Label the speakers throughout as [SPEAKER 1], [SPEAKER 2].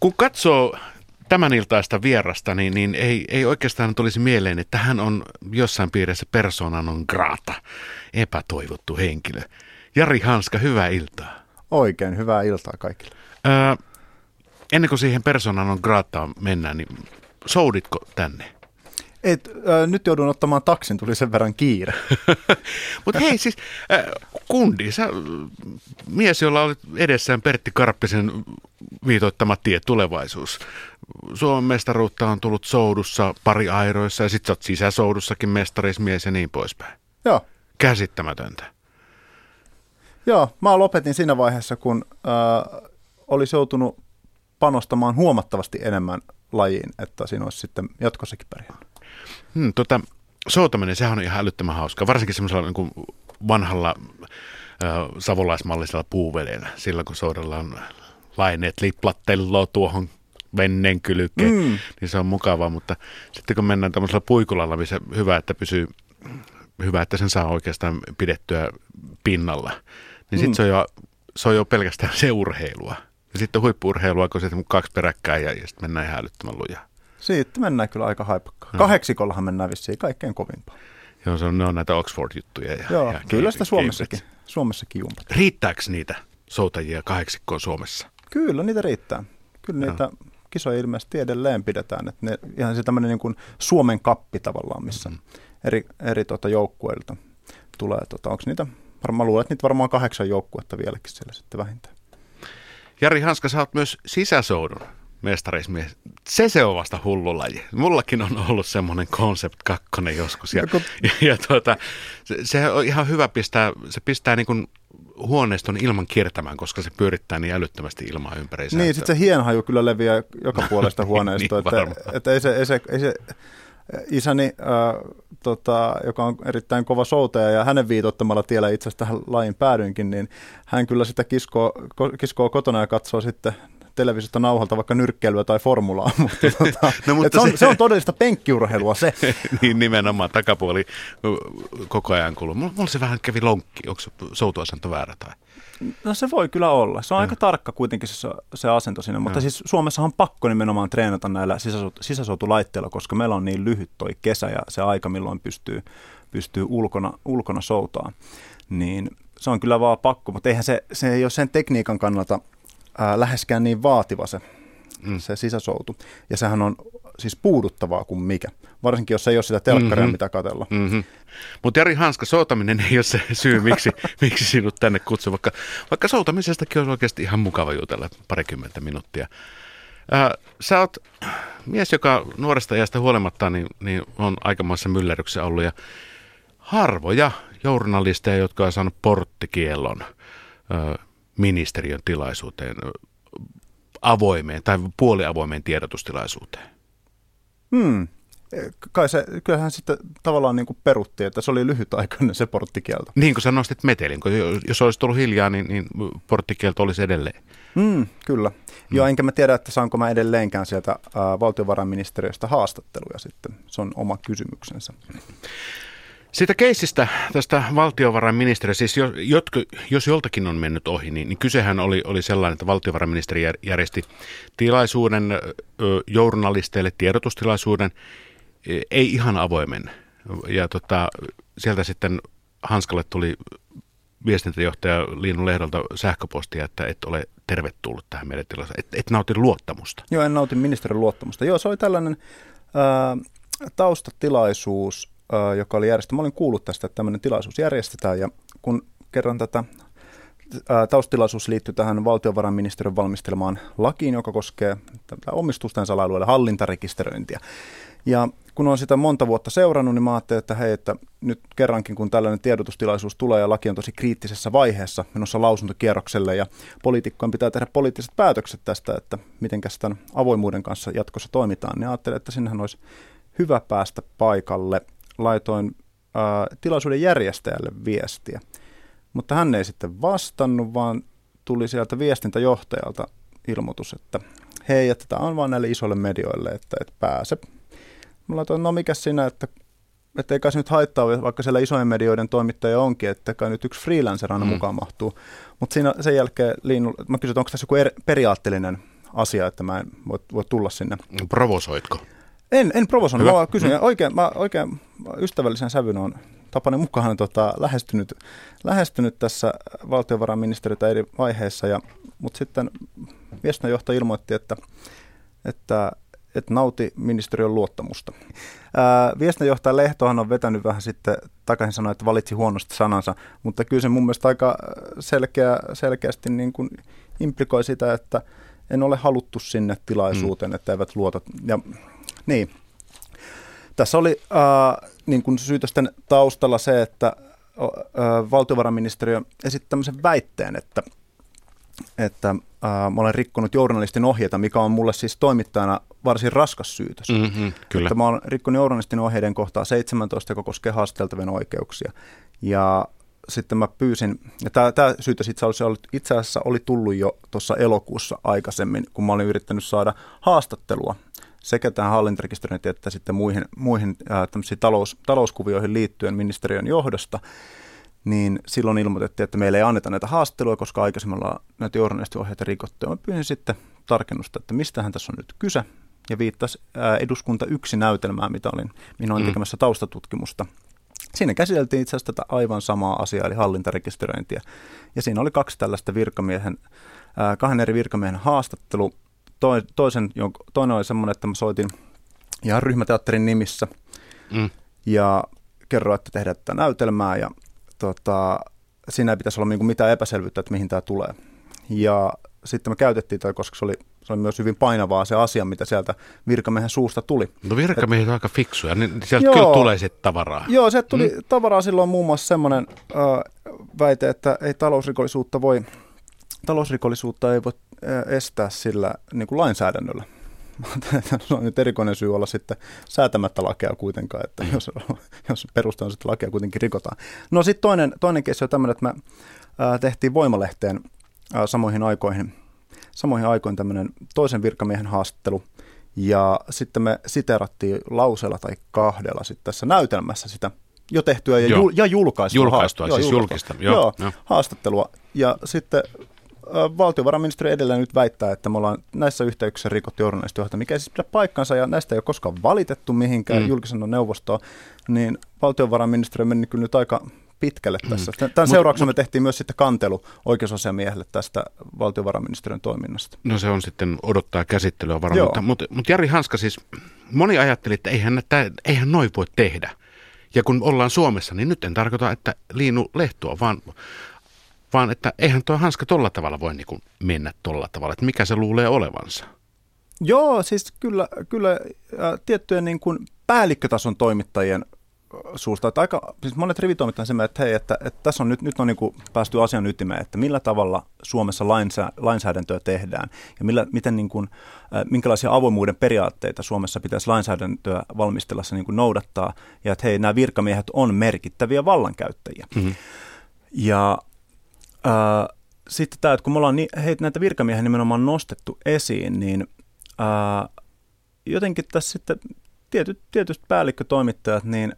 [SPEAKER 1] Kun katsoo tämän iltaista vierasta, niin ei oikeastaan tulisi mieleen, että hän on jossain piirissä persona non grata, epätoivottu henkilö. Jari Hanska, hyvää iltaa.
[SPEAKER 2] Oikein hyvää iltaa kaikille.
[SPEAKER 1] Ennen kuin siihen persona non grataan mennään, niin souditko tänne?
[SPEAKER 2] Nyt joudun ottamaan taksin, tuli sen verran kiire.
[SPEAKER 1] Mutta hei siis, Kundi, sä mies, jolla oli edessään Pertti Karppisen viitoittama tie tulevaisuus. Suomen mestaruutta on tullut soudussa, pari airoissa ja sit sä oot sisäsoudussakin mestarismies ja niin poispäin.
[SPEAKER 2] Joo.
[SPEAKER 1] Käsittämätöntä.
[SPEAKER 2] Joo, mä lopetin siinä vaiheessa, kun olisi joutunut panostamaan huomattavasti enemmän lajiin, että siinä olisi sitten jatkossakin pärjännyt.
[SPEAKER 1] Soutaminen, sehän on ihan älyttömän hauskaa, varsinkin semmoisella niin kuin vanhalla savolaismallisella puuvedellä, silloin kun soudellaan laineet liplatteloo tuohon venneen kylkeen, niin se on mukavaa, mutta sitten kun mennään tämmöisellä puikulalla, missä hyvä, että sen saa oikeastaan pidettyä pinnalla, niin sitten se on jo pelkästään se urheilua. Ja sitten huippu-urheilua, kun sitten 2 peräkkäin ja sitten mennään ihan älyttömän lujaa.
[SPEAKER 2] Siitä mennään kyllä aika haipakkaan. 8 mennään vissiin kaikkein kovimpaa.
[SPEAKER 1] Joo, ne on näitä Oxford-juttuja.
[SPEAKER 2] Joo, kyllä sitä Suomessakin jumpataan.
[SPEAKER 1] Riittääkö niitä soutajia 8 Suomessa?
[SPEAKER 2] Kyllä niitä riittää. Kyllä niitä kisoja ilmeisesti edelleen pidetään. Että ne, ihan se tämmöinen niin kuin Suomen kappi tavallaan, missä eri joukkueilta tulee. Onko niitä, varmaan luulen, että niitä varmaan 8 joukkuetta vieläkin siellä sitten vähintään. Jari
[SPEAKER 1] Hanska, sä oot myös sisäsoudun mestarismies. Se on vasta hullu laji. Mullakin on ollut semmoinen Concept 2 joskus. Se on ihan hyvä pistää niin kuin huoneiston ilman kiertämään, koska se pyörittää niin älyttömästi ilmaa ympäriinsä.
[SPEAKER 2] Niin, sitten se hienhaju kyllä leviää joka puolesta huoneistoa. Niin, ei se isäni, joka on erittäin kova soutaja ja hänen viitottamalla tiellä itse asiassa tähän lajin päädyinkin, niin hän kyllä sitä kiskoo kotona ja katsoo sitten televisiosta nauhalta vaikka nyrkkeilyä tai formulaa, mutta se on todellista penkkiurheilua se.
[SPEAKER 1] Niin nimenomaan, takapuoli koko ajan kuluu. Mulla se vähän kävi lonkki, onko soutuasento väärä tai?
[SPEAKER 2] No se voi kyllä olla. Se on aika tarkka kuitenkin se asento siinä, mutta siis Suomessahan on pakko nimenomaan treenata näillä sisäsoutulaitteilla, koska meillä on niin lyhyt toi kesä ja se aika, milloin pystyy ulkona soutaan. Niin se on kyllä vaan pakko, mutta eihän se ei ole sen tekniikan kannalta läheskään niin vaativa se sisäsoutu. Ja sehän on siis puuduttavaa kuin mikä. Varsinkin, jos ei ole sitä telkkaria, mitä katsella.
[SPEAKER 1] Mutta Jari Hanska, soutaminen ei ole se syy, miksi sinut tänne kutsuu. Vaikka soutamisestakin on oikeasti ihan mukava jutella 20 minuuttia. Sä oot mies, joka nuoresta iästä huolimatta niin on aikamoissa myllerryksessä ollut. Ja harvoja journalisteja, jotka on saanut porttikiellon ministeriön tilaisuuteen, avoimeen tai puoliavoimeen tiedotustilaisuuteen.
[SPEAKER 2] Kyllähän sitten tavallaan niin kuin peruttiin, että se oli lyhytaikainen se porttikielto.
[SPEAKER 1] Niin kuin sä nostit metelin, kun jos olisi tullut hiljaa, niin porttikielto olisi edelleen.
[SPEAKER 2] Kyllä. Joo, enkä mä tiedä, että saanko mä edelleenkään sieltä valtiovarainministeriöstä haastatteluja sitten. Se on oma kysymyksensä.
[SPEAKER 1] Siitä keissistä tästä valtiovarainministeriä, siis jos joltakin on mennyt ohi, niin kysehän oli sellainen, että valtiovarainministeri järjesti tilaisuuden journalisteille, tiedotustilaisuuden, ei ihan avoimen. Ja sieltä sitten Hanskalle tuli viestintäjohtaja Liinu Lehdolta sähköpostia, että et ole tervetullut tähän meidän tilaisuuteen, et nauti luottamusta.
[SPEAKER 2] Joo, en nauti ministerin luottamusta. Joo, se oli tällainen taustatilaisuus, joka oli järjestetty. Mä olin kuullut tästä, että tämmöinen tilaisuus järjestetään, ja kun kerran tätä taustatilaisuus liittyy tähän valtiovarainministeriön valmistelemaan lakiin, joka koskee omistusten salailuja ja hallintarekisteröintiä. Ja kun olen sitä monta vuotta seurannut, niin mä ajattelin, että hei, että nyt kerrankin kun tällainen tiedotustilaisuus tulee ja laki on tosi kriittisessä vaiheessa menossa lausuntokierrokselle ja poliitikkojen pitää tehdä poliittiset päätökset tästä, että miten tämän avoimuuden kanssa jatkossa toimitaan, niin ajattelin, että sinnehän olisi hyvä päästä paikalle. Laitoin tilaisuuden järjestäjälle viestiä, mutta hän ei sitten vastannut, vaan tuli sieltä viestintäjohtajalta ilmoitus, että hei, että tämä on vaan näille isoille medioille, että et pääse. Mä laitoin, no mikä siinä, että ei kai se nyt haittaa, vaikka siellä isojen medioiden toimittaja onkin, että kai nyt yksi freelancer aina mukaan mahtuu. Mutta siinä sen jälkeen mä kysyin, että onko tässä joku periaatteellinen asia, että mä en voi tulla sinne.
[SPEAKER 1] Provosoitko?
[SPEAKER 2] En provosoinut, mä kysyn. Oikein ystävällisen sävyn on Tapanin mukaan lähestynyt tässä valtiovarainministeriötä eri vaiheissa, mutta sitten viestintäjohtaja ilmoitti, että nauti ministeriön luottamusta. Viestintäjohtaja Lehtohan on vetänyt vähän sitten takaisin, sanoi, että valitsi huonosti sanansa, mutta kyllä se mun mielestä aika selkeästi niin kuin implikoi sitä, että en ole haluttu sinne tilaisuuteen, että eivät luota. Ja, niin. Tässä oli niin kuin syytösten taustalla se, että valtiovarainministeriö esitti tämmöisen väitteen, että mä olen rikkonut journalistin ohjeita, mikä on mulle siis toimittajana varsin raskas syytös.
[SPEAKER 1] Kyllä.
[SPEAKER 2] Että mä olen rikkonut journalistin ohjeiden kohtaa 17, joka koskee haasteltavien oikeuksia. Ja sitten mä pyysin, ja tämä syytös itse asiassa oli tullut jo tuossa elokuussa aikaisemmin, kun mä olin yrittänyt saada haastattelua sekä tähän hallintarekisteröintiin että sitten muihin talouskuvioihin liittyen ministeriön johdosta, niin silloin ilmoitettiin, että meille ei anneta näitä haastatteluja, koska aikaisemmin ollaan näitä journalistiohjeita rikottu. Mä pyysin sitten tarkennusta, että mistähän tässä on nyt kyse, ja viittasi Eduskunta 1 näytelmään, minä olin tekemässä taustatutkimusta. Siinä käsiteltiin itse asiassa tätä aivan samaa asiaa, eli hallintarekisteröintiä, ja siinä oli kahden eri virkamiehen haastattelu. Toinen oli semmoinen, että mä soitin ihan ryhmäteatterin nimissä ja kerroin, että tehdään tätä näytelmää ja siinä ei pitäisi olla mitään epäselvyyttä, että mihin tämä tulee. Ja sitten me käytettiin tätä, koska se oli myös hyvin painavaa se asia, mitä sieltä virkamiehen suusta tuli.
[SPEAKER 1] No virkamiehet on aika fiksuja, niin sieltä kyllä tulee sitten tavaraa.
[SPEAKER 2] Joo, sieltä tuli tavaraa silloin muun muassa semmoinen väite, että ei talousrikollisuutta ei voi estää sillä niin kuin lainsäädännöllä. Se on nyt erikoinen syy olla sitten säätämättä lakeja kuitenkaan, että jos perusteella sitten lakeja kuitenkin rikotaan. No sitten toinen keissi on tämmöinen, että me tehtiin Voimalehteen samoihin aikoihin tämmöinen toisen virkamiehen haastattelu, ja sitten me siteerattiin lauseella tai kahdella sitten tässä näytelmässä sitä jo tehtyä ja julkista haastattelua. Ja sitten valtiovarainministeri edelleen nyt väittää, että me ollaan näissä yhteyksissä rikottu journalistiohjeita, mikä ei siis pidä paikkansa, ja näistä ei ole koskaan valitettu mihinkään julkisen neuvostoon, niin valtiovarainministeri meni kyllä nyt aika pitkälle tässä. Tämän seurauksena me tehtiin myös sitten kantelu oikeusasiamiehelle tästä valtiovarainministeriön toiminnasta.
[SPEAKER 1] No se on sitten odottaa käsittelyä varmaan, mutta Jari Hanska siis, moni ajatteli, että eihän noin voi tehdä. Ja kun ollaan Suomessa, niin nyt en tarkoita, että Liinu Lehtoa, vaan että eihän tuo Hanska tolla tavalla voi niin kuin mennä tolla tavalla, että mikä se luulee olevansa.
[SPEAKER 2] Joo, siis kyllä tiettyjen niin kuin päällikkötason toimittajien suusta, että siis monet rivitoimittajat sen, että hei, että tässä on nyt on niin kuin päästy asian ytimeen, että millä tavalla Suomessa lainsäädäntöä tehdään ja miten niin kuin, minkälaisia avoimuuden periaatteita Suomessa pitäisi lainsäädäntöä valmistellessa niin kuin noudattaa, ja että hei, nämä virkamiehet on merkittäviä vallankäyttäjiä. Mm-hmm. Ja sitten tämä, että kun me ollaan näitä virkamiehiä nimenomaan nostettu esiin, niin jotenkin tässä sitten tietysti päällikkötoimittajat niin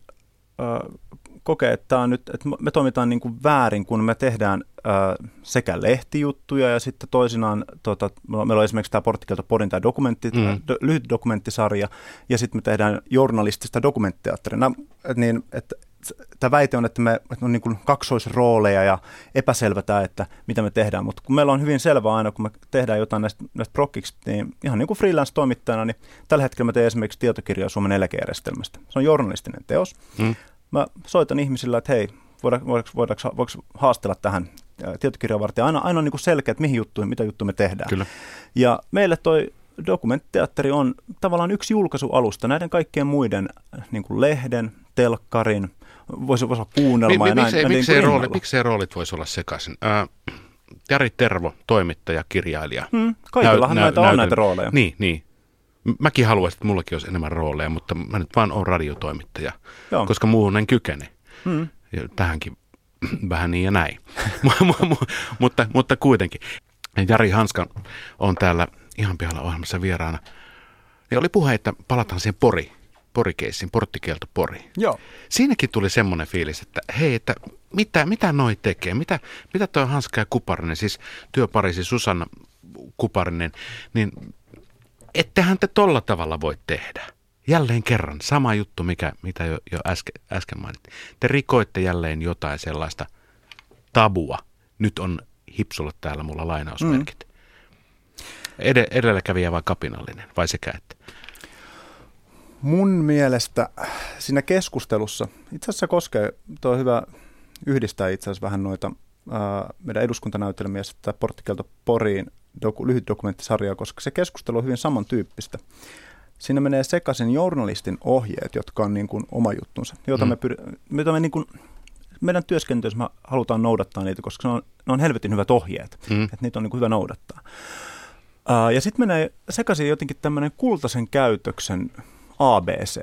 [SPEAKER 2] kokee, että tämä on nyt, että me toimitaan niin kuin väärin, kun me tehdään sekä lehtijuttuja ja sitten toisinaan, meillä on esimerkiksi tämä Porttikielto Podin tämä lyhyt dokumenttisarja, ja sitten me tehdään journalistista dokumentteatteria. Niin, että tämä väite on, että me on niin kuin kaksoisrooleja ja epäselvätä, että mitä me tehdään, mutta kun meillä on hyvin selvää aina, kun me tehdään jotain näistä prokkiksi, niin ihan niin kuin freelance-toimittajana, niin tällä hetkellä mä teen esimerkiksi tietokirjaa Suomen eläkejärjestelmästä. Se on journalistinen teos. Mä soitan ihmisillä, että hei, voiko haastella tähän tietokirjaa varten. Aina on niin kuin selkeä, että mitä juttuja me tehdään. Kyllä. Ja meille toi dokumentteatteri on tavallaan yksi julkaisualusta näiden kaikkien muiden niin kuin lehden, telkkarin, voisi olla kuunnelma ja näin.
[SPEAKER 1] Miksei roolit voisi olla sekaisin? Jari Tervo, toimittaja, kirjailija.
[SPEAKER 2] Kaikillahan näitä on näitä rooleja.
[SPEAKER 1] Niin. Mäkin haluaisin, että mullakin olisi enemmän rooleja, mutta mä nyt vaan olen radiotoimittaja, koska muuhun en kykene. Ja tähänkin vähän niin ja näin. mutta kuitenkin. Jari Hanska on täällä ihan pihalla ohjelmassa vieraana. Ja oli puhe, että palataan siihen Pori-keissiin, Porttikielto Pori.
[SPEAKER 2] Joo.
[SPEAKER 1] Siinäkin tuli semmoinen fiilis, että hei, että mitä noi tekee? Mitä toi Hanska ja Kuparinen, siis työparisi Susanna kuparinen, niin ettehän te tolla tavalla voi tehdä. Jälleen kerran, sama juttu, mitä jo äsken mainittiin. Te rikoitte jälleen jotain sellaista tabua. Nyt on hipsulla täällä mulla lainausmerkit. Edelläkävijä vai kapinallinen, vai sekä että?
[SPEAKER 2] Mun mielestä siinä keskustelussa, itse asiassa tuo on hyvä yhdistää itse asiassa vähän noita meidän eduskuntanäytelmiä ja Porttikielto Poriin lyhyt dokumenttisarjaa, koska se keskustelu on hyvin samantyyppistä. Siinä menee sekaisin journalistin ohjeet, jotka on niin kuin oma juttunsa, joita me niin kuin, meidän työskentelyssä me halutaan noudattaa niitä, koska ne on helvetin hyvät ohjeet, että niitä on niin kuin hyvä noudattaa. Ja sitten menee sekaisin jotenkin tämmöinen kultaisen käytöksen ABC.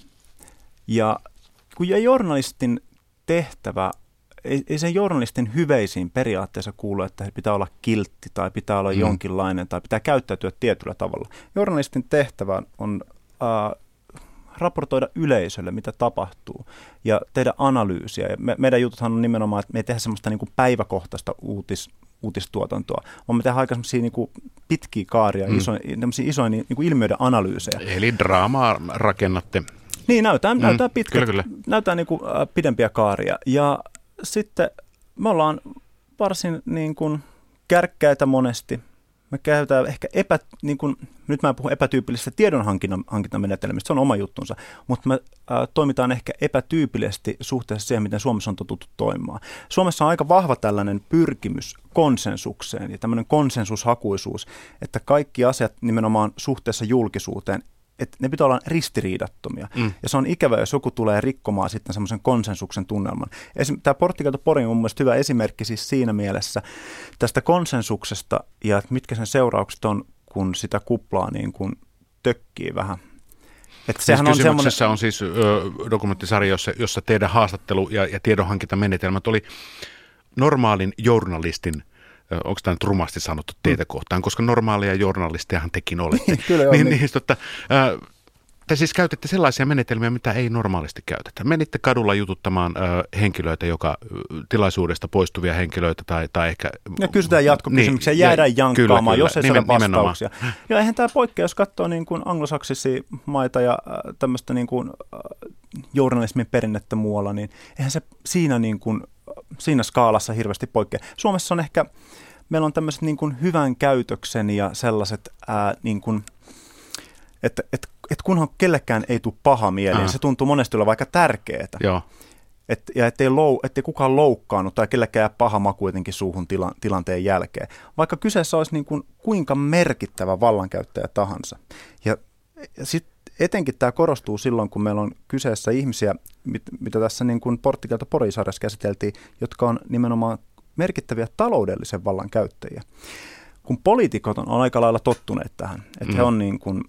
[SPEAKER 2] Ja kun journalistin tehtävä, ei sen journalistin hyveisiin periaatteessa kuulu, että pitää olla kiltti tai pitää olla jonkinlainen tai pitää käyttäytyä tietyllä tavalla. Journalistin tehtävä on raportoida yleisölle, mitä tapahtuu ja tehdä analyysiä. Ja meidän jututhan on nimenomaan, että me ei tehdä semmoista niin kuin päiväkohtaista uutistuotantoa, vaan me tehdään aika semmoisia niin kuin pitkiä kaaria, isoja niin kuin ilmiöiden analyysejä.
[SPEAKER 1] Eli draamaa rakennatte.
[SPEAKER 2] Niin, näytää pitkät,
[SPEAKER 1] kyllä.
[SPEAKER 2] näytää niin kuin pidempiä kaaria. Ja sitten me ollaan varsin niin kuin kärkkäitä monesti. Me käytetään ehkä nyt mä en puhu epätyypillisestä tiedonhankintamenetelmistä, se on oma juttunsa, mutta me toimitaan ehkä epätyypillisesti suhteessa siihen, miten Suomessa on totuttu toimimaan. Suomessa on aika vahva tällainen pyrkimys konsensukseen ja tämmöinen konsensushakuisuus, että kaikki asiat nimenomaan suhteessa julkisuuteen, että ne pitää olla ristiriidattomia. Ja se on ikävä, jos joku tulee rikkomaan sitten semmoisen konsensuksen tunnelman. Tämä Porttikielto Pori on mun mielestä hyvä esimerkki siis siinä mielessä tästä konsensuksesta ja mitkä sen seuraukset on, kun sitä kuplaa niin kuin tökkii vähän.
[SPEAKER 1] Että sehän on kysymyksessä on siis dokumenttisarja, jossa teidän haastattelu- ja tiedonhankintamenetelmät oli normaalin journalistin, onko tämä nyt rumasti sanottu teitä kohtaan, koska normaalia journalistejahan tekin olette.
[SPEAKER 2] Kyllä joo.
[SPEAKER 1] Te siis käytätte sellaisia menetelmiä, mitä ei normaalisti käytetä. Menitte kadulla jututtamaan henkilöitä, tilaisuudesta poistuvia henkilöitä tai ehkä...
[SPEAKER 2] Ja kysytään jatkokysymyksiä, jäädään jankkaamaan, jos ei saada vastauksia. Ja eihän tämä poikkea, jos katsoo niin kuin anglosaksisia maita ja tämmöistä niin kuin journalismin perinnettä muualla, niin eihän se siinä skaalassa hirveästi poikkea. Suomessa on ehkä, meillä on tämmöiset niin kuin hyvän käytöksen ja sellaiset, niin kuin, että kunhan kellekään ei tule paha mieli, niin se tuntuu monesti olla vaikka tärkeää.
[SPEAKER 1] Joo.
[SPEAKER 2] Ja ettei kukaan loukkaannut tai kellekään jää paha maku jotenkin suuhun tilanteen jälkeen. Vaikka kyseessä olisi niin kuin kuinka merkittävä vallankäyttäjä tahansa. Ja sitten etenkin tämä korostuu silloin, kun meillä on kyseessä ihmisiä, mitä tässä niin kuin Porttikielto Pori-sarjassa käsiteltiin, jotka on nimenomaan merkittäviä taloudellisen vallan käyttäjiä. Kun poliitikot on aika lailla tottuneet tähän, että he on niin kuin,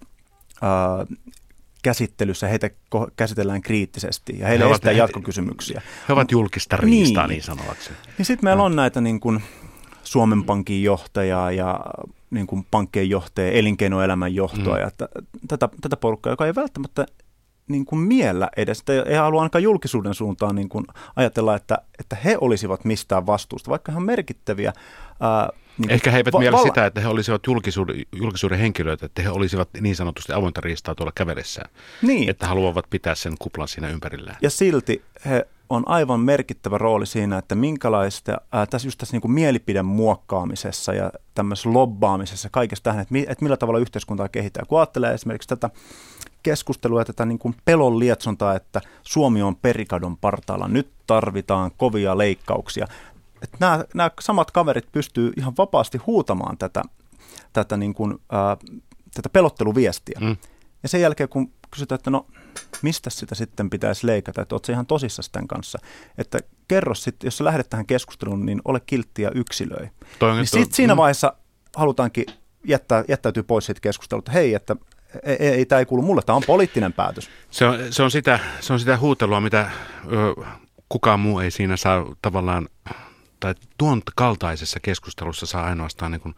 [SPEAKER 2] käsittelyssä, heitä käsitellään kriittisesti ja heille estetään jatkokysymyksiä.
[SPEAKER 1] He ovat julkista riistaa niin sanoakseni.
[SPEAKER 2] Ja sitten meillä on näitä niin kuin Suomen Pankin johtajaa ja niin kuin pankkien johtajia, elinkeinoelämän johtoa ja tätä porukkaa, joka ei välttämättä niin kuin miellä edes, ei halua ainakaan julkisuuden suuntaan niin kuin ajatella, että he olisivat mistään vastuusta, vaikka he on merkittäviä.
[SPEAKER 1] Niin ehkä he eivät miellä sitä, että he olisivat julkisuuden henkilöitä, että he olisivat niin sanotusti avointa riistaa tuolla kävelessään,
[SPEAKER 2] niin.
[SPEAKER 1] Että haluavat pitää sen kuplan siinä ympärillään.
[SPEAKER 2] Ja silti he on aivan merkittävä rooli siinä, että minkälaista, tässä niin kuin mielipiden muokkaamisessa ja tämmöisessä lobbaamisessa, kaikessa tähän, että millä tavalla yhteiskuntaa kehittää. Kun ajattelee esimerkiksi tätä keskustelua ja tätä niin kuin pelon lietsontaa, että Suomi on perikadon partaalla, nyt tarvitaan kovia leikkauksia. Että nämä samat kaverit pystyy ihan vapaasti huutamaan tätä, niin kuin, tätä pelotteluviestiä. Ja sen jälkeen, kun kysytään, että no, mistä sitä sitten pitäisi leikata, että ootko sä ihan tosissaan tämän kanssa, että kerro sitten, jos sä lähdet tähän keskusteluun, niin ole kiltti ja yksilöi. Niin sitten siinä vaiheessa halutaankin jättäytyy pois siitä keskustelua, hei, että tämä ei kuulu mulle, tämä on poliittinen päätös.
[SPEAKER 1] Se on sitä huutelua, mitä kukaan muu ei siinä saa tavallaan, tai tuon kaltaisessa keskustelussa saa ainoastaan niin kuin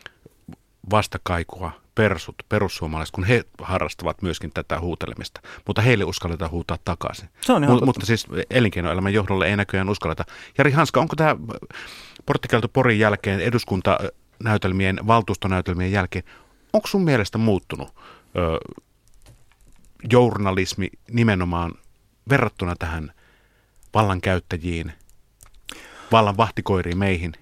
[SPEAKER 1] vastakaikua perussuomalaiset, kun he harrastavat myöskin tätä huutelemista, mutta heille uskalletaan huutaa takaisin. Mutta siis elinkeinoelämän johdolle ei näköjään uskalleta. Jari Hanska, onko tämä Porttikielto Porin jälkeen eduskunta valtuustonäytelmien jälkeen, onko sun mielestä muuttunut journalismi nimenomaan verrattuna tähän vallankäyttäjiin, vallan vahtikoiriin meihin?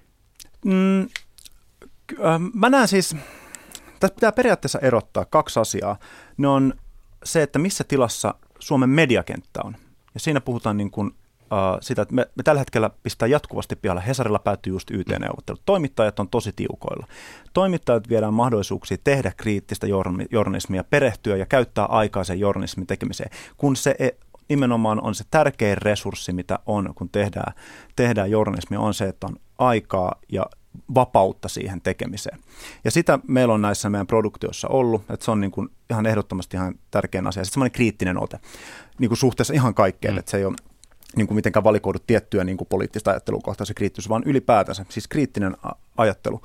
[SPEAKER 2] Mä näen siis, tässä pitää periaatteessa erottaa kaksi asiaa. Ne on se, että missä tilassa Suomen mediakenttä on. Ja siinä puhutaan niin kuin, sitä, että me tällä hetkellä pistää jatkuvasti pihalle. Hesarilla päättyy just YT-neuvottelut. Toimittajat on tosi tiukoilla. Toimittajat viedään mahdollisuuksia tehdä kriittistä journalismia, perehtyä ja käyttää aikaa sen journalismin tekemiseen, kun se nimenomaan on se tärkein resurssi, mitä on, kun tehdään journalismia, on se, että on aikaa ja vapautta siihen tekemiseen. Ja sitä meillä on näissä meidän produktioissa ollut, että se on niin kuin ihan ehdottomasti ihan tärkein asia. Sitten semmoinen kriittinen ote niin kuin suhteessa ihan kaikkeen, että se ei ole niin kuin mitenkään valikoidu tiettyä niin kuin poliittista ajattelua kohtaan se kriittisyys, vaan ylipäätänsä, siis kriittinen ajattelu.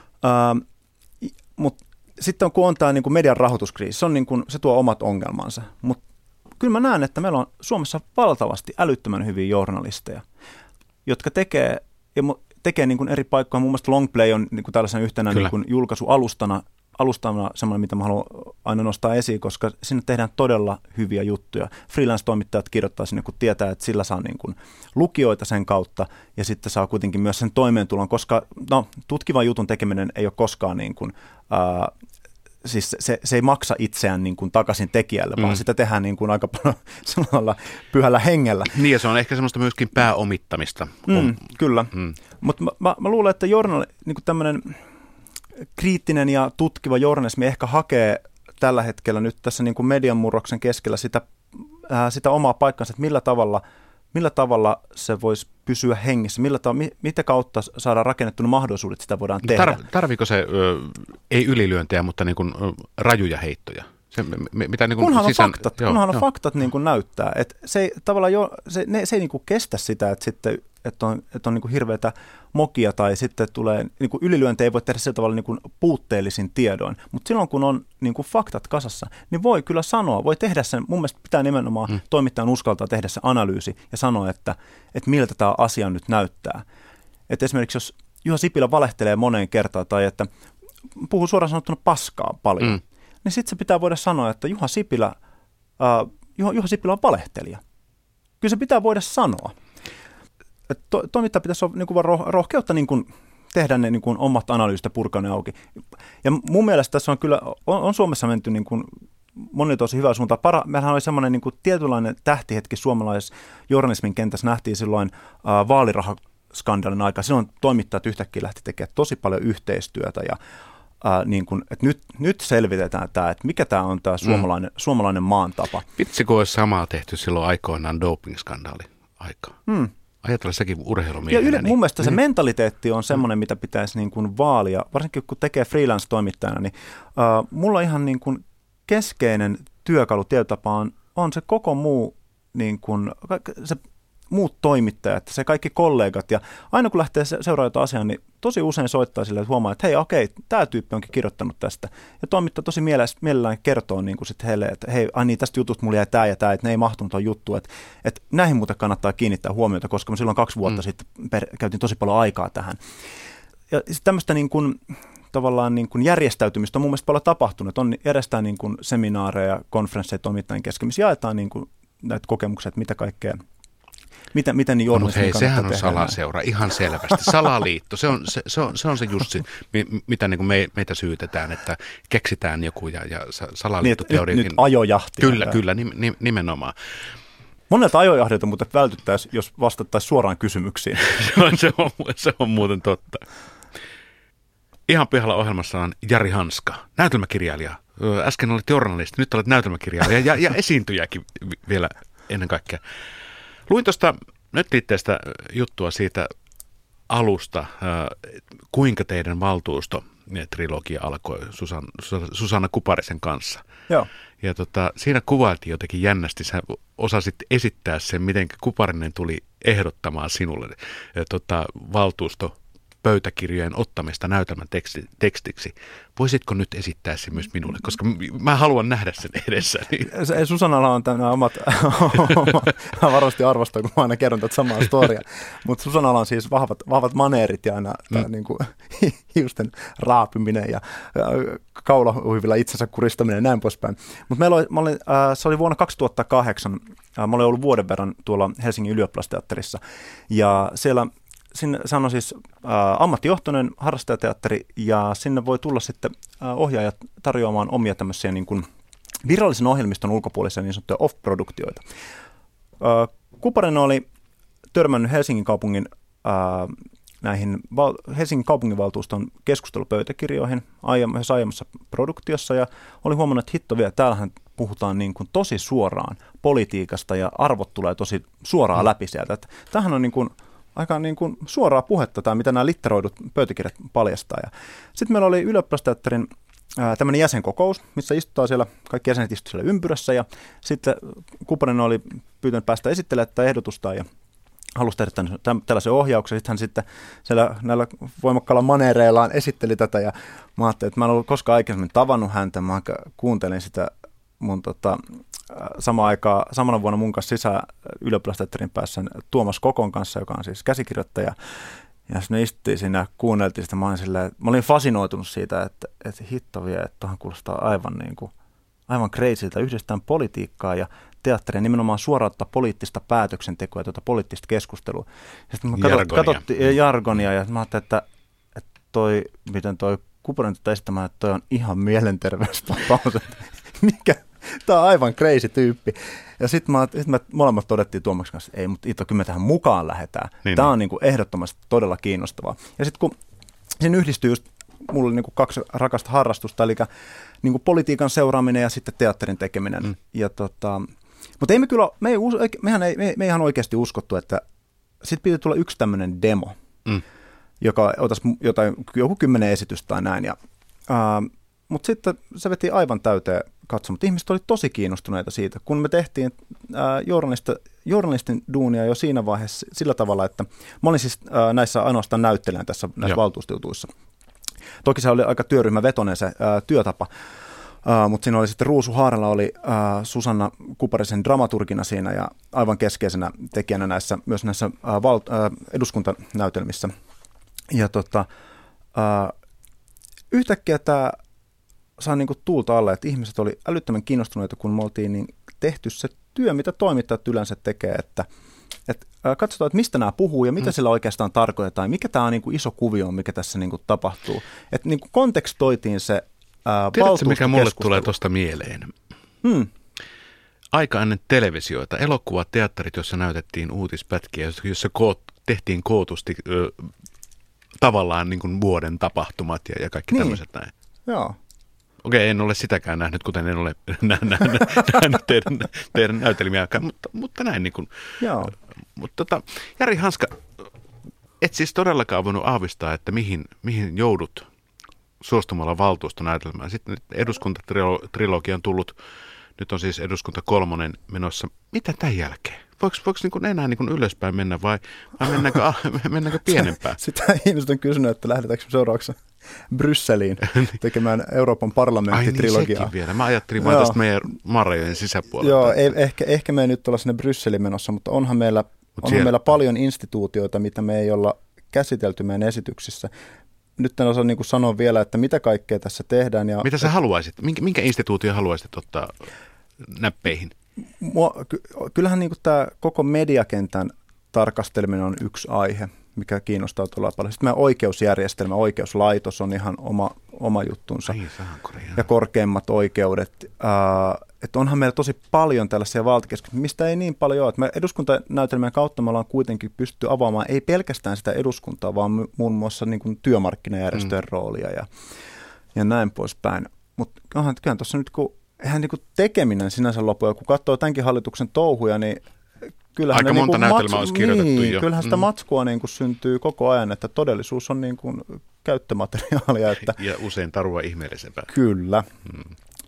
[SPEAKER 2] Mutta sitten kun on tämä niin kuin median rahoituskriisi, se tuo omat ongelmansa, mutta kyllä mä näen, että meillä on Suomessa valtavasti älyttömän hyviä journalisteja, jotka tekee niin kuin eri paikkoja. Muun muassa Longplay on niin kuin tällaisen yhtenä niin kuin julkaisualustana semmoinen, mitä mä haluan aina nostaa esiin, koska sinne tehdään todella hyviä juttuja. Freelance-toimittajat kirjoittaa sinne, kun tietää, että sillä saa niin kuin lukijoita sen kautta ja sitten saa kuitenkin myös sen toimeentulon, koska tutkivan jutun tekeminen ei ole koskaan niin kuin, siis se ei maksa itseään niin kuin takaisin tekijälle, vaan sitä tehdään niin kuin aika paljon sellaisella pyhällä hengellä.
[SPEAKER 1] Niin, ja se on ehkä semmoista myöskin pääomittamista.
[SPEAKER 2] Kyllä, mutta mä luulen, että niin kuin tämmöinen kriittinen ja tutkiva journalismi ehkä hakee tällä hetkellä nyt tässä niin kuin median murroksen keskellä sitä omaa paikkansa, että millä tavalla se voisi pysyä hengissä, mitä kautta saadaan rakennettu mahdollisuudet, sitä voidaan tehdä.
[SPEAKER 1] Tarviiko se, ei ylilyöntejä, mutta niin kuin rajuja heittoja? Se, mitä niin kuin
[SPEAKER 2] kunhan on faktat niin kuin näyttää. Että se ei tavallaan se ei niin kuin kestä sitä, että on niin kuin hirveätä mokia tai sitten tulee, niin kuin ylilyönti ei voi tehdä sillä tavalla niin kuin puutteellisin tiedoin, mutta silloin kun on niin kuin faktat kasassa, niin voi kyllä sanoa, voi tehdä sen, mun mielestä pitää nimenomaan toimittajan uskaltaa tehdä se analyysi ja sanoa, että miltä tämä asia nyt näyttää. Että esimerkiksi jos Juha Sipilä valehtelee moneen kertaan tai että puhuu suoraan sanottuna paskaa paljon, niin sitten se pitää voida sanoa, että Juha Sipilä on valehtelija. Kyllä se pitää voida sanoa. Toimittaja pitäisi olla niin kuin rohkeutta niin kuin tehdä ne niin kuin omat analyysit ja purkaa ne auki. Ja mun mielestä tässä on kyllä, on Suomessa menty niin kuin moni tosi hyvää suuntaan. Meillähän oli semmoinen niin kuin tietynlainen tähtihetki suomalaisessa journalismin kentässä, nähtiin silloin vaalirahaskandaalin aikaa. Silloin toimittajat yhtäkkiä lähti tekemään tosi paljon yhteistyötä ja niin kuin, että nyt selvitetään tämä, että mikä tämä on tämä suomalainen maantapa.
[SPEAKER 1] Vitsi, kun olisi samaa tehty silloin aikoinaan doping-skandaali aikaa. Ajatella sekin urheilumiehenä.
[SPEAKER 2] Ja mun mielestä se mentaliteetti on semmoinen, mitä pitäisi niin kuin vaalia, varsinkin kun tekee freelance-toimittajana, niin mulla ihan niin kuin keskeinen työkalu tietotapa on se koko muu, niin kuin, se muut toimittajat, se kaikki kollegat, ja aina kun lähtee seuraamaan jotain asiaa, niin tosi usein soittaa sille, että huomaa, että hei, okei, tämä tyyppi onkin kirjoittanut tästä, ja toimittaja tosi mielellään kertoo niin kuin sit heille, että hei, niin tästä jutusta mulla jäi tämä ja tämä, että ne ei mahtunut tuon juttuun, että näihin muuten kannattaa kiinnittää huomiota, koska mä silloin 2 vuotta sitten käytin tosi paljon aikaa tähän. Ja tämmöistä niin kuin, tavallaan niin kuin järjestäytymistä on mun mielestä paljon tapahtunut, on järjestää niin kuin seminaareja, konferensseja toimittajien kesken, missä jaetaan niin kuin näitä kokemuksia, että mitä kaikkea miten niin journalismin
[SPEAKER 1] kannattaa tehdä. Sehän on salaseura, ihan selvästi. Salaliitto, se on se just se, mitä niin kuin meitä syytetään, että keksitään joku ja salaliittoteoriakin.
[SPEAKER 2] Nyt ajojahti.
[SPEAKER 1] Kyllä, nimenomaan.
[SPEAKER 2] Monelta ajojahdilta muuten vältyttäisiin, jos vastattaisiin suoraan kysymyksiin.
[SPEAKER 1] se on muuten totta. Ihan pihalla ohjelmassa on Jari Hanska, näytelmäkirjailija. Äsken olit journalisti, nyt olet näytelmäkirjailija ja esiintyjäkin vielä ennen kaikkea. Luin tuosta netliitteestä juttua siitä alusta, kuinka teidän valtuusto-trilogia alkoi Susanna Kuparisen kanssa.
[SPEAKER 2] Joo.
[SPEAKER 1] Ja siinä kuvailtiin jotenkin jännästi, sä osasit esittää sen, miten Kuparinen tuli ehdottamaan sinulle valtuusto valtuutuspöytäkirjojen ottamista näytelmän tekstiksi. Voisitko nyt esittää se myös minulle, koska mä haluan nähdä sen edessäni.
[SPEAKER 2] Susanalla on tämmöinen omat, varmasti arvostaa, kun mä aina kerron tätä samaa storia, mutta Susanalla on siis vahvat maneerit ja aina niin kuin, hiusten raapiminen ja kaulahuivilla itsensä kuristaminen ja näin poispäin. Mutta se oli vuonna 2008, mä olin ollut vuoden verran tuolla Helsingin ylioppilasteatterissa ja se on siis ammattijohtoinen harrastajateatteri ja sinne voi tulla sitten ohjaajat tarjoamaan omia tämmöisiä niin kuin virallisen ohjelmiston ulkopuolisia niin sanottuja off-produktioita. Kuparinen oli törmännyt Helsingin kaupungin näihin Helsingin kaupunginvaltuuston keskustelupöytäkirjoihin aiemmassa produktiossa ja oli huomannut, että hitto vielä, täällähän puhutaan niin kuin tosi suoraan politiikasta ja arvot tulee tosi suoraan läpi sieltä. Tämähän on niin kuin aika niin kuin suoraa puhetta, tai mitä nämä litteroidut pöytäkirjat paljastaa. Sitten meillä oli ylioppilasteatterin tämmöinen jäsenkokous, missä istutaan siellä, kaikki jäsenet istuivat siellä ympyrässä, ja sitten Kuparinen oli pyytänyt päästä esittelemään tätä ehdotusta, ja halusi tehdä tällaisen ohjauksen. Sitten hän sitten siellä näillä voimakkailla maneereillaan esitteli tätä, ja mä ajattelin, että mä en ollut koskaan aikaisemmin tavannut häntä, mä kuuntelin sitä mun samana vuonna mun kanssa sisään ylioppilasteatterin päässä Tuomas Kokon kanssa, joka on siis käsikirjoittaja. Ja sitten istuttiin siinä ja kuunneltiin sitä. Mä olin fasinoitunut siitä, että hitto vie, että tuohon kuulostaa aivan crazyltä. Yhdistetään politiikkaa ja teatteria, nimenomaan suorauttaa poliittista päätöksentekoa ja poliittista keskustelua. Ja sitten me katsottiin jargonia ja mä ajattelin, että miten toi Kuparinen esittämään, että toi on ihan mielenterveystapaus. Mikä? Tämä on aivan crazy tyyppi. Ja sitten me molemmat todettiin Tuomaksen kanssa, että ei, mutta Itto, kyllä me tähän mukaan lähdetään. Niin, tämä on niin kuin ehdottomasti todella kiinnostavaa. Ja sitten kun siinä yhdistyy just mulle niin kuin kaksi rakasta harrastusta, eli niin kuin politiikan seuraaminen ja sitten teatterin tekeminen. Ja mutta ei me kyllä, me ihan oikeasti uskottu, että sitten piti tulla yksi tämmöinen demo, joka otaisi joku 10 esitystä tai näin. Mutta sitten se veti aivan täyteen katsomaan. Ihmiset oli tosi kiinnostuneita siitä, kun me tehtiin journalistin duunia jo siinä vaiheessa sillä tavalla, että mä olin siis näissä ainoastaan näyttelijän näissä valtuustojutuissa. Toki se oli aika työryhmävetoinen se työtapa, mutta siinä oli sitten Ruusu Haarala oli Susanna Kuparisen dramaturgina siinä ja aivan keskeisenä tekijänä myös näissä eduskuntanäytelmissä. Ja yhtäkkiä tämä saa niinku tuulta alle, että ihmiset oli älyttömän kiinnostuneita, kun me oltiin niin tehty se työ, mitä toimittajat yleensä tekee, että katsotaan, että mistä nämä puhuu ja mitä sillä oikeastaan tarkoitetaan, mikä tämä on niinku iso kuvio, mikä tässä niinku tapahtuu. Että niinku kontekstoitiin se
[SPEAKER 1] tiedätkö, mikä mulle tulee tuosta mieleen? Aika ennen televisioita, elokuvateatterit, jossa näytettiin uutispätkiä, jossa tehtiin kootusti tavallaan niin kuin vuoden tapahtumat ja kaikki tämmöiset näin.
[SPEAKER 2] Joo.
[SPEAKER 1] Okei, en ole sitäkään nähnyt, kuten en ole nähnyt teidän näytelmiäkään, mutta näin niin kuin.
[SPEAKER 2] Joo.
[SPEAKER 1] Mutta Jari Hanska, et siis todellakaan voinut aavistaa, että mihin joudut suostumalla valtuustonäytelmään. Sitten eduskuntatrilogia on tullut, nyt on siis eduskunta 3 menossa. Mitä tämän jälkeen? Voiko niin kuin enää niin kuin ylöspäin mennä vai mennäänkö pienempään?
[SPEAKER 2] Sitä ihmiset on kysynyt, että lähdetäänkö seuraavaksi Brysseliin tekemään Euroopan parlamenttitrilogiaa.
[SPEAKER 1] Ai niin, sekin vielä. Mä ajattelin vaan tästä meidän maarajojen sisäpuolelta.
[SPEAKER 2] Joo, ehkä me ei nyt olla sinne Brysseliin menossa, mutta onhan meillä paljon instituutioita, mitä me ei olla käsitelty meidän esityksissä. Nyt en osaa niin kuin sanoa vielä, että mitä kaikkea tässä tehdään.
[SPEAKER 1] Mitä sä haluaisit? Minkä instituutio haluaisit ottaa näppeihin?
[SPEAKER 2] Kyllähän niin kuin tämä koko mediakentän tarkasteleminen on yksi aihe, mikä kiinnostaa todella paljon. Sitten meidän oikeusjärjestelmä, oikeuslaitos on ihan oma juttunsa. Ja korkeimmat oikeudet. Että onhan meillä tosi paljon tällaisia valtakeskuksia, mistä ei niin paljon ole. Me eduskuntanäytelmien kautta me ollaan kuitenkin pystytty avaamaan ei pelkästään sitä eduskuntaa, vaan muun muassa niin kuin työmarkkinajärjestöjen roolia ja näin poispäin. Mutta kyllähän tuossa nyt, eihän niin kuin tekeminen sinänsä lopu, kun katsoo tämänkin hallituksen touhuja, niin kyllähän
[SPEAKER 1] aika monta näytelmää olisi kirjoitettu jo.
[SPEAKER 2] Kyllähän sitä matskua niin kuin syntyy koko ajan, että todellisuus on niin kuin käyttömateriaalia.
[SPEAKER 1] Ja usein tarua ihmeellisempää.
[SPEAKER 2] Kyllä.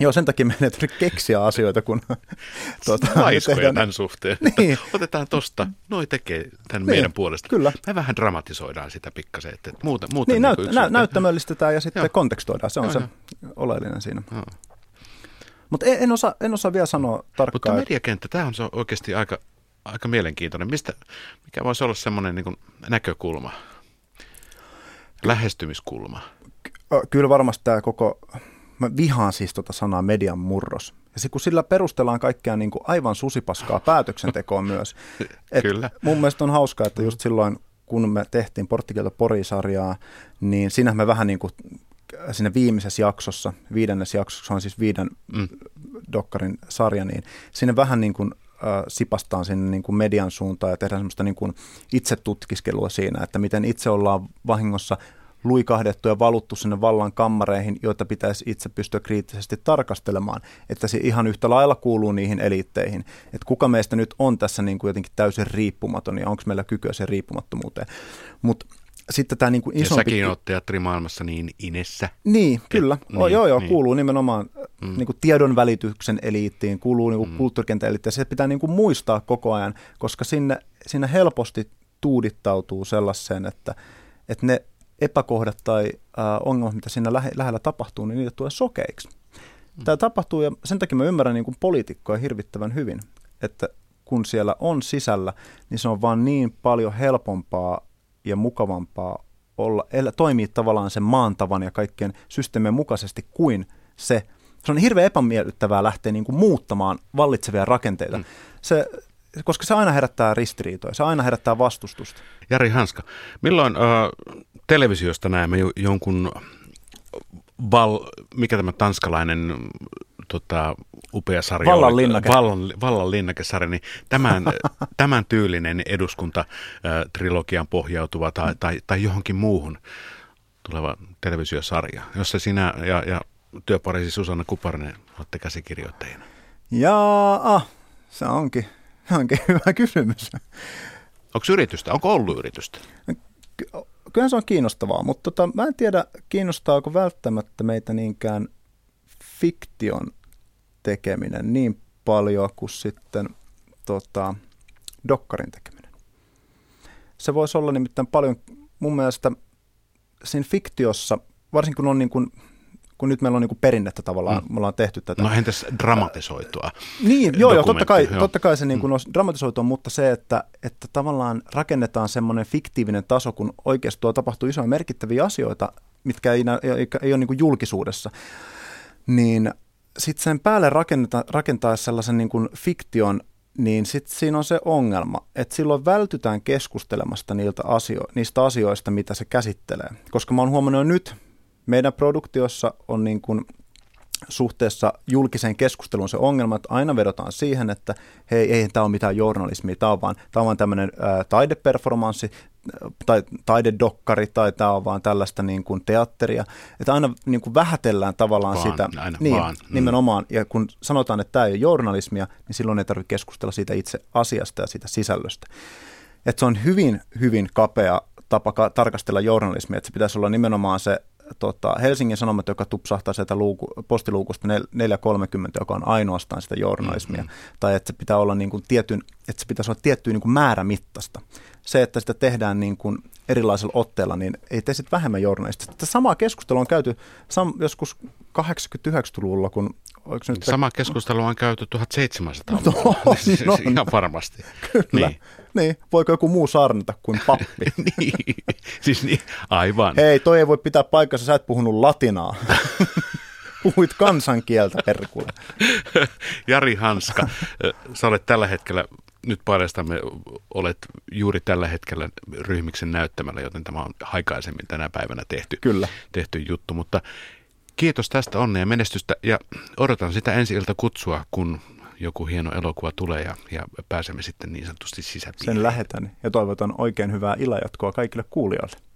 [SPEAKER 2] Joo, sen takia meidän ei tarvitse keksiä asioita, kun
[SPEAKER 1] laiskoja tämän suhteen.
[SPEAKER 2] Niin.
[SPEAKER 1] Otetaan tosta, noi tekee tämän meidän puolesta.
[SPEAKER 2] Kyllä.
[SPEAKER 1] Me vähän dramatisoidaan sitä pikkasen, että muuten
[SPEAKER 2] niin, näyttämöllistetään ja sitten kontekstoidaan, se on se oleellinen siinä. Mutta en osaa vielä sanoa tarkkaan.
[SPEAKER 1] Mutta mediakenttä, tämä on oikeasti aika mielenkiintoinen. Mikä voisi olla semmoinen niin kuin näkökulma, lähestymiskulma?
[SPEAKER 2] Kyllä varmasti tämä mä vihaan siis sanaa median murros. Ja kun sillä perustellaan kaikkea niin kuin aivan susipaskaa päätöksentekoa myös.
[SPEAKER 1] Kyllä.
[SPEAKER 2] Mun mielestä on hauskaa, että just silloin, kun me tehtiin Porttikielto Pori-sarjaa, niin siinähän me vähän niin kuin siinä viimeisessä jaksossa, 5. jaksossa on siis 5 dokkarin sarja, niin siinä vähän niin kuin sipastaan sinne niin kuin median suuntaan ja tehdään semmoista niin kuin itsetutkiskelua siinä, että miten itse ollaan vahingossa luikahdettu ja valuttu sinne vallan kammareihin, joita pitäisi itse pystyä kriittisesti tarkastelemaan, että se ihan yhtä lailla kuuluu niihin eliitteihin, että kuka meistä nyt on tässä niin kuin jotenkin täysin riippumaton ja onko meillä kykyä sen riippumattomuuteen. Mutta sitten tämä niin kuin isompi... Ja
[SPEAKER 1] säkin oot teatterimaailmassa niin inessä.
[SPEAKER 2] Niin, kyllä. Niin. Kuuluu nimenomaan niin kuin tiedon välityksen eliittiin, kuuluu niin kuin kulttuurikentän eliittiin. Se pitää niin kuin muistaa koko ajan, koska siinä helposti tuudittautuu sellaiseen, että ne epäkohdat tai ongelmat, mitä siinä lähellä tapahtuu, niin niitä tulee sokeiksi. Tämä tapahtuu ja sen takia mä ymmärrän niin kuin poliitikkoja hirvittävän hyvin, että kun siellä on sisällä, niin se on vaan niin paljon helpompaa ja mukavampaa toimia tavallaan sen maan tavan ja kaikkien systeemien mukaisesti kuin se on hirveän epämiellyttävää lähteä niin kuin muuttamaan vallitsevia rakenteita. Koska se aina herättää ristiriitoja, se aina herättää vastustusta.
[SPEAKER 1] Jari Hanska, milloin televisiosta näemme jonkun, mikä tämä tanskalainen upea sarja Vallan linnake-sarja, niin tämän tyylinen eduskuntatrilogian pohjautuva tai johonkin muuhun tuleva televisiosarja, jossa sinä ja työparisi Susanna Kuparinen olette käsikirjoittajina?
[SPEAKER 2] Se onkin hyvä kysymys.
[SPEAKER 1] Onko yritystä? Onko ollut yritystä?
[SPEAKER 2] Kyllä se on kiinnostavaa, mutta mä en tiedä, kiinnostaako välttämättä meitä niinkään fiktion tekeminen niin paljon kuin sitten dokkarin tekeminen. Se voisi olla nimittäin paljon mun mielestä siinä fiktiossa, varsinkin kun on niin kuin kun nyt meillä on niin kuin perinnettä tavallaan, me ollaan tehty tätä.
[SPEAKER 1] No entäs dramatisoitua?
[SPEAKER 2] Niin, totta kai se niin kuin on dramatisoitua, mutta se, että tavallaan rakennetaan semmoinen fiktiivinen taso, kun oikeasti tuo tapahtuu isoja merkittäviä asioita, mitkä ei ole niin kuin julkisuudessa, niin sitten sen päälle rakentaa sellaisen niin kuin fiktion, niin sitten siinä on se ongelma, että silloin vältytään keskustelemasta niistä asioista, mitä se käsittelee. Koska mä oon huomannut nyt, meidän produktiossa on niin kuin suhteessa julkiseen keskusteluun se ongelma, että aina vedotaan siihen, että hei, ei tämä ole mitään journalismia, tämä on vaan tämmöinen taideperformanssi tai taidedokkari tai tämä on vaan tällaista niin kuin teatteria. Että aina niin kuin vähätellään tavallaan sitä. Nimenomaan. Ja kun sanotaan, että tämä ei ole journalismia, niin silloin ei tarvitse keskustella siitä itse asiasta ja siitä sisällöstä. Että se on hyvin, hyvin kapea tapa tarkastella journalismia, että se pitäisi olla nimenomaan se Helsingin Sanomat, joka tupsahtaa sieltä postiluukusta 4.30, joka on ainoastaan sitä journalismia, tai että se pitää olla niin kuin että se pitäisi olla tiettyä niin kuin määrämittaista. Se, että sitä tehdään niin kuin erilaisella otteella, niin ei tee sitten vähemmän journalistista. Tätä samaa keskustelua on käyty joskus 89-luvulla, kun
[SPEAKER 1] sama keskustelu on käyty 1700-luvulla, ihan varmasti.
[SPEAKER 2] Kyllä. Niin, voiko joku muu saarnata kuin pappi?
[SPEAKER 1] niin, aivan.
[SPEAKER 2] Hei, toi ei voi pitää paikkansa, sä et puhunut latinaa. Puhuit kansankieltä, perkule.
[SPEAKER 1] Jari Hanska, sä olet tällä hetkellä, nyt paljastamme, olet juuri tällä hetkellä Ryhmiksen näyttämällä, joten tämä on aikaisemmin tänä päivänä tehty juttu, mutta kiitos tästä, onnea ja menestystä ja odotan sitä ensi-ilta kutsua, kun joku hieno elokuva tulee ja pääsemme sitten niin sanotusti sisäpiiriin.
[SPEAKER 2] Sen lähetän ja toivotan oikein hyvää illanjatkoa kaikille kuulijoille.